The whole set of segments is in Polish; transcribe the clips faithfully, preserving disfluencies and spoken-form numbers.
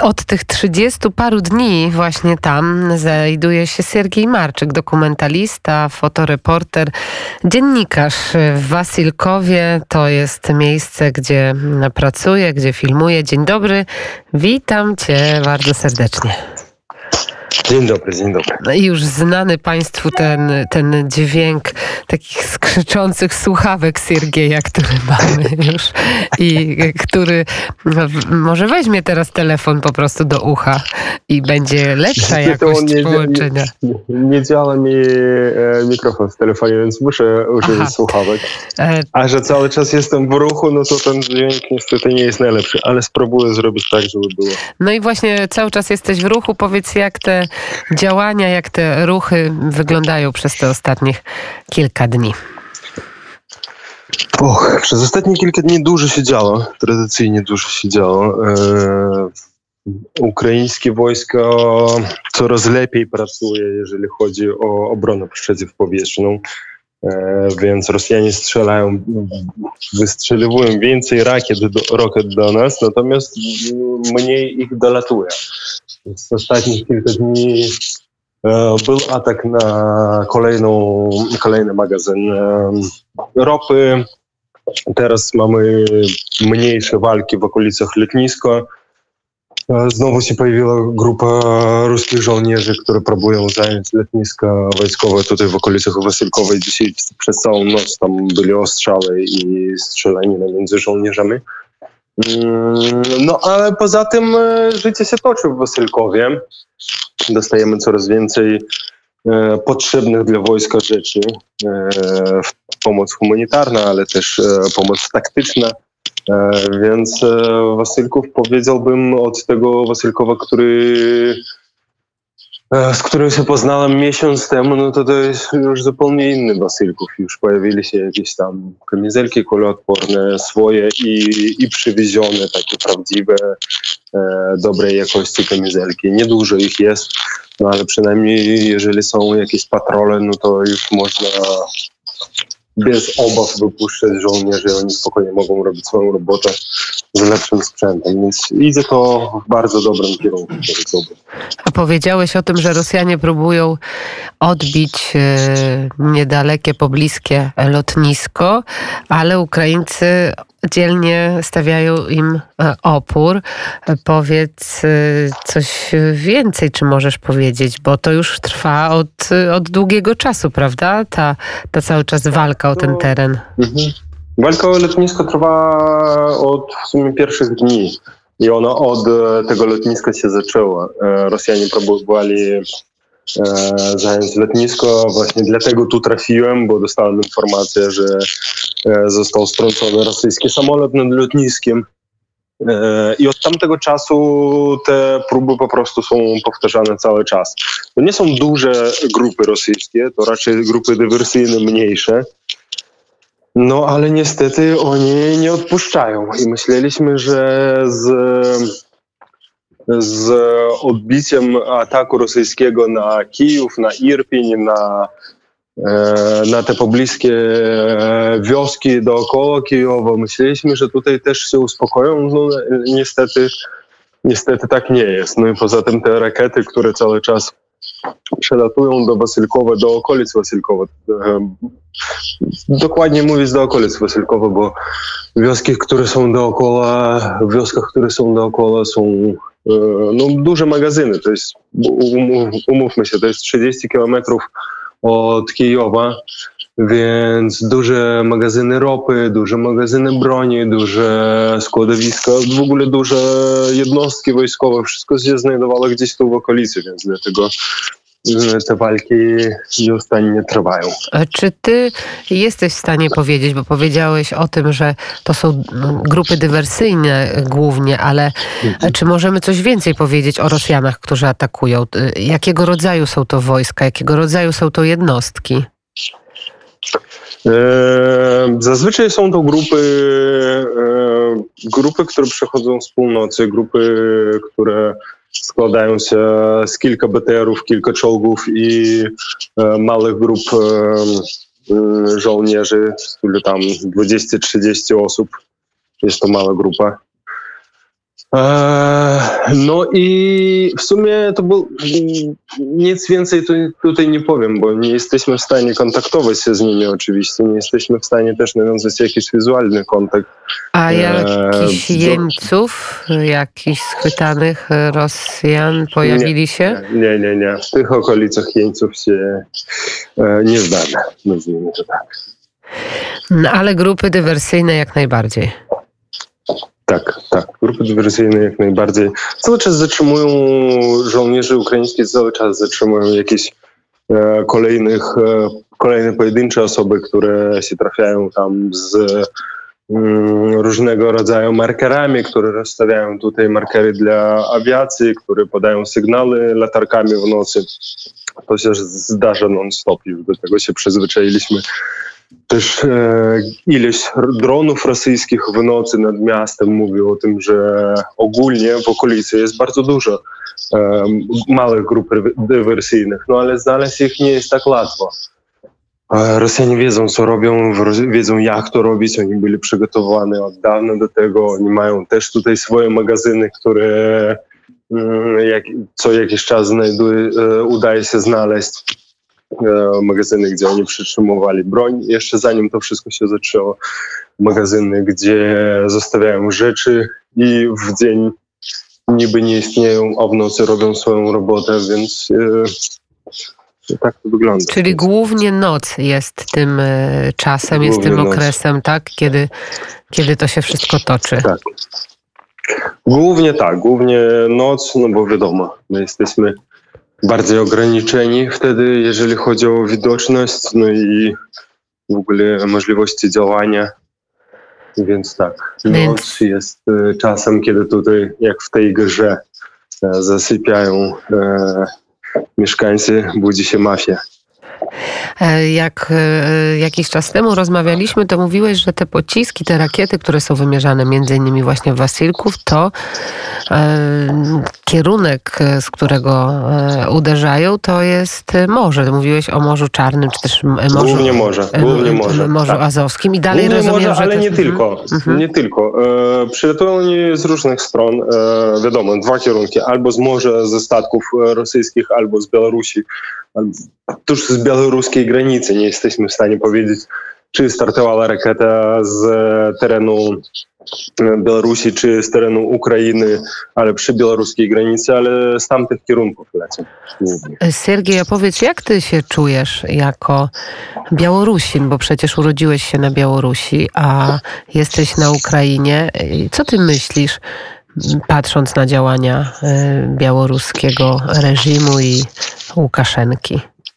Od tych trzydziestu paru dni właśnie tam znajduje się Siergiej Marczyk, dokumentalista, fotoreporter, dziennikarz w Wasylkowie. To jest miejsce, gdzie pracuję, gdzie filmuję. Dzień dobry, witam Cię bardzo serdecznie. Dzień dobry, dzień dobry. No i już znany Państwu ten, ten dźwięk takich skrzyczących słuchawek Siergieja, który mamy już i który no, może weźmie teraz telefon po prostu do ucha i będzie lepsza jakość nie, połączenia. Nie, nie działa mi e, mikrofon w telefonie, więc muszę użyć Aha. słuchawek. A że cały czas jestem w ruchu, no to ten dźwięk niestety nie jest najlepszy, ale spróbuję zrobić tak, żeby było. No i właśnie cały czas jesteś w ruchu. Powiedz, jak te działania, jak te ruchy wyglądają przez te ostatnich kilka dni? Och, przez ostatnie kilka dni dużo się działo. Tradycyjnie dużo się działo. E, ukraińskie wojsko coraz lepiej pracuje, jeżeli chodzi o obronę przeciwpowietrzną. E, więc Rosjanie strzelają, wystrzeliwują więcej rakiet do, rakiet do nas, natomiast mniej ich dolatuje. Z ostatnich kilka dni e, był atak na kolejną, kolejny magazyn e, ropy. Teraz mamy mniejsze walki w okolicach lotniska. E, znowu się pojawiła grupa ruskich żołnierzy, które próbują zająć lotniska wojskowe tutaj w okolicach Wasylkowej. Dzisiaj przez całą noc tam byli ostrzały i strzelanina między żołnierzami. No ale poza tym życie się toczy w Wasylkowie. Dostajemy coraz więcej e, potrzebnych dla wojska rzeczy. E, pomoc humanitarna, ale też e, pomoc taktyczna. E, więc e, Wasylków, powiedziałbym, od tego Wasylkowa, który, e, z którym się poznałem miesiąc temu, no to to jest już zupełnie inny Wasylków. Już pojawili się jakieś tam kamizelki kuloodporne swoje i, i przywiezione, takie prawdziwe, e, dobrej jakości kamizelki. Niedużo ich jest, no ale przynajmniej jeżeli są jakieś patrole, no to już można bez obaw wypuszczać żołnierzy, oni spokojnie mogą robić swoją robotę z lepszym sprzętem, więc idzie to w bardzo dobrym kierunku. A powiedziałeś o tym, że Rosjanie próbują odbić e, niedalekie, pobliskie lotnisko, ale Ukraińcy dzielnie stawiają im opór. Powiedz coś więcej, czy możesz powiedzieć, bo to już trwa od, od długiego czasu, prawda? Ta, ta cały czas walka o ten teren. Mhm. Walka o lotnisko trwa od w sumie pierwszych dni i ona od tego lotniska się zaczęła. Rosjanie próbowali E, zająć lotnisko. Właśnie dlatego tu trafiłem, bo dostałem informację, że e, został strącony rosyjski samolot nad lotniskiem. E, I od tamtego czasu te próby po prostu są powtarzane cały czas. To nie są duże grupy rosyjskie, to raczej grupy dywersyjne, mniejsze. No ale niestety oni nie odpuszczają i myśleliśmy, że z z odbiciem ataku rosyjskiego na Kijów, na Irpiń, na, na te pobliskie wioski dookoła Kijowa. Myśleliśmy, że tutaj też się uspokoją. No, niestety, niestety tak nie jest. No i poza tym te rakiety, które cały czas przelatują do Wasylkowa, do okolic Wasylkowa. Dokładnie mówiąc do okolic Wasylkowa, bo wioski, które są dookoła, w wioskach, które są dookoła, są no, duże magazyny. To jest, umów, umówmy się, to jest trzydzieści kilometrów od Kijowa, więc duże magazyny ropy, duże magazyny broni, duże składowiska, w ogóle duże jednostki wojskowe, wszystko się znajdowało gdzieś tu w okolicy, więc dlatego te walki nieustannie trwają. A czy ty jesteś w stanie powiedzieć, bo powiedziałeś o tym, że to są grupy dywersyjne głównie, ale mhm. czy możemy coś więcej powiedzieć o Rosjanach, którzy atakują? Jakiego rodzaju są to wojska? Jakiego rodzaju są to jednostki? Zazwyczaj są to grupy, grupy, które przychodzą z północy, grupy, które składają się z kilka B T R-ów, kilka czołgów i małych grup żołnierzy, które tam dwadzieścia trzydzieści osób. Jest to mała grupa. No i w sumie to był, nic więcej tu, tutaj nie powiem, bo nie jesteśmy w stanie kontaktować się z nimi oczywiście, nie jesteśmy w stanie też nawiązać jakiś wizualny kontakt. A jakichś jeńców, jakichś schwytanych Rosjan pojawili nie, się? Nie, nie, nie. W tych okolicach jeńców się nie znamy, nazwijmy to tak. No, ale grupy dywersyjne jak najbardziej. Tak, tak. Grupy dywersyjne jak najbardziej. Cały czas zatrzymują żołnierzy ukraińscy, cały czas zatrzymują jakieś e, kolejnych, e, kolejne pojedyncze osoby, które się trafiają tam z mm, różnego rodzaju markerami, które rozstawiają tutaj markery dla awiacji, które podają sygnały latarkami w nocy. To się zdarza non-stop, już do tego się przyzwyczailiśmy. Też e, ileś dronów rosyjskich w nocy nad miastem mówi o tym, że ogólnie w okolicy jest bardzo dużo e, małych grup dywersyjnych, no ale znaleźć ich nie jest tak łatwo. E, Rosjanie wiedzą, co robią, wiedzą, jak to robić, oni byli przygotowani od dawna do tego, oni mają też tutaj swoje magazyny, które mm, jak, co jakiś czas znajduje, e, udaje się znaleźć. Magazyny, gdzie oni przytrzymywali broń, jeszcze zanim to wszystko się zaczęło. Magazyny, gdzie zostawiają rzeczy i w dzień niby nie istnieją, a w nocy robią swoją robotę, więc e, tak to wygląda. Czyli głównie noc jest tym e, czasem, głównie jest tym noc. Okresem, tak? Kiedy, kiedy to się wszystko toczy. Tak. Głównie tak, głównie noc, no bo wiadomo, my jesteśmy bardziej ograniczeni wtedy, jeżeli chodzi o widoczność, no i w ogóle możliwości działania. Więc tak, noc jest czasem, kiedy tutaj, jak w tej grze, zasypiają e, mieszkańcy, budzi się mafia. Jak jakiś czas temu rozmawialiśmy, to mówiłeś, że te pociski, te rakiety, które są wymierzane między innymi właśnie w Wasilków, to e, kierunek, z którego e, uderzają, to jest morze. Mówiłeś o Morzu Czarnym, czy też morzu, głównie morze, głównie morze, Morzu tak. Azowskim. I dalej głównie rozumiem, morze, że ale też... nie tylko. Mhm. Nie tylko. E, przylatują oni z różnych stron. E, wiadomo, dwa kierunki. Albo z morza, ze statków rosyjskich, albo z Białorusi. Tuż z białoruskiej granicy nie jesteśmy w stanie powiedzieć, czy startowała rakieta z terenu Białorusi, czy z terenu Ukrainy, ale przy białoruskiej granicy, ale z tamtych kierunków lecą. Sergiej, opowiedz, jak ty się czujesz jako Białorusin, bo przecież urodziłeś się na Białorusi, a jesteś na Ukrainie. Co ty myślisz, patrząc na działania białoruskiego reżimu i Łukaszenki?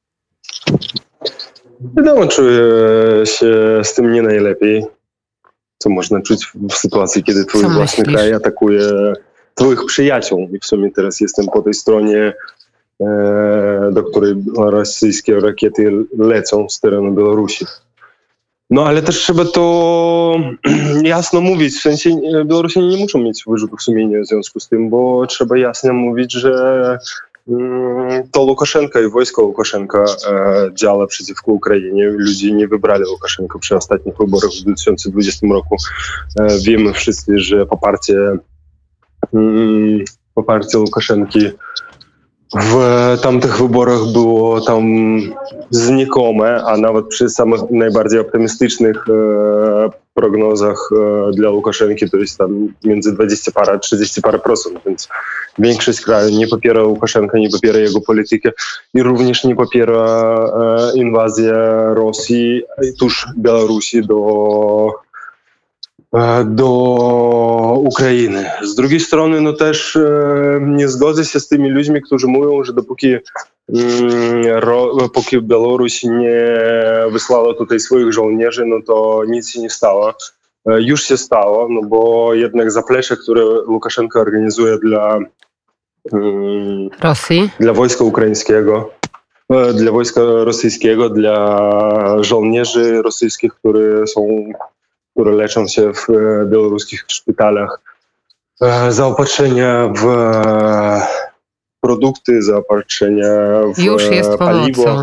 Wiadomo, czuję się z tym nie najlepiej. Co można czuć w sytuacji, kiedy twój Co własny myślisz? kraj atakuje twoich przyjaciół. I w sumie teraz jestem po tej stronie, e, do której rosyjskie rakiety lecą z terenu Białorusi. No ale też trzeba to jasno mówić, w sensie Białorusini nie muszą mieć wyrzutów sumienia w związku z tym, bo trzeba jasno mówić, że to Łukaszenka i wojsko Łukaszenka e, działa przeciwko Ukrainie. Ludzie nie wybrali Łukaszenkę przy ostatnich wyborach w dwa tysiące dwudziestym roku. E, wiemy wszyscy, że poparcie, mm, poparcie Łukaszenki w tamtych wyborach było tam znikome, a nawet przy samych najbardziej optymistycznych e, prognozach e, dla Łukaszenki to jest tam między dwadzieścia parę a trzydzieści parę procent, więc większość kraju nie popiera Łukaszenkę, nie popiera jego politykę i również nie popiera e, inwazję Rosji tuż Białorusi do do Ukrainy. Z drugiej strony no też e, nie zgodzę się z tymi ludźmi, którzy mówią, że dopóki mm, ro, póki Białoruś nie wysłała tutaj swoich żołnierzy, no to nic się nie stało. E, już się stało, no bo jednak zaplecze, które Łukaszenka organizuje dla mm, Rosji, dla wojska ukraińskiego, e, dla wojska rosyjskiego, dla żołnierzy rosyjskich, które są które leczą się w białoruskich szpitalach, zaopatrzenia w produkty, zaopatrzenia w już jest paliwo. pomocą.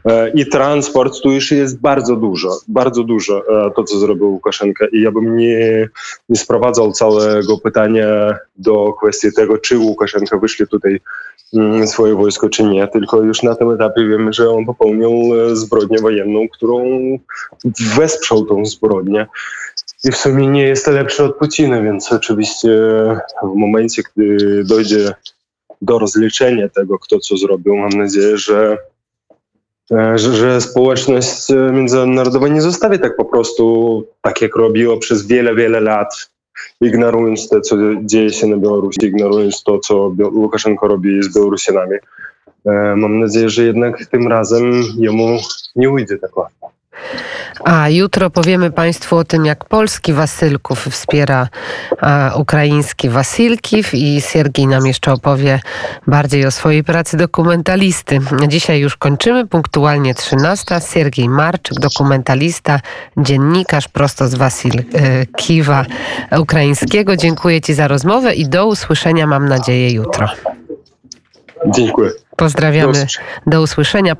i transport, tu już jest bardzo dużo, bardzo dużo to, co zrobił Łukaszenka i ja bym nie, nie sprowadzał całego pytania do kwestii tego, czy Łukaszenka wyszli tutaj swoje wojsko, czy nie, tylko już na tym etapie wiemy, że on popełnił zbrodnię wojenną, którą wesprzał tą zbrodnię. I w sumie nie jest lepszy od Putina, więc oczywiście w momencie, gdy dojdzie do rozliczenia tego, kto co zrobił, mam nadzieję, że, że, że społeczność międzynarodowa nie zostawi tak po prostu, tak jak robiło przez wiele, wiele lat, ignorując to, co dzieje się na Białorusi, ignorując to, co Łukaszenko robi z Białorusinami. Mam nadzieję, że jednak tym razem jemu nie ujdzie tak łatwo. A jutro powiemy Państwu o tym, jak polski Wasylków wspiera a, ukraiński Wasilkiw i Siergiej nam jeszcze opowie bardziej o swojej pracy dokumentalisty. Dzisiaj już kończymy, punktualnie trzynasta. Siergiej Marczyk, dokumentalista, dziennikarz prosto z Wasilkiwa ukraińskiego. Dziękuję Ci za rozmowę i do usłyszenia, mam nadzieję, jutro. Dziękuję. Pozdrawiamy. Do usłyszenia.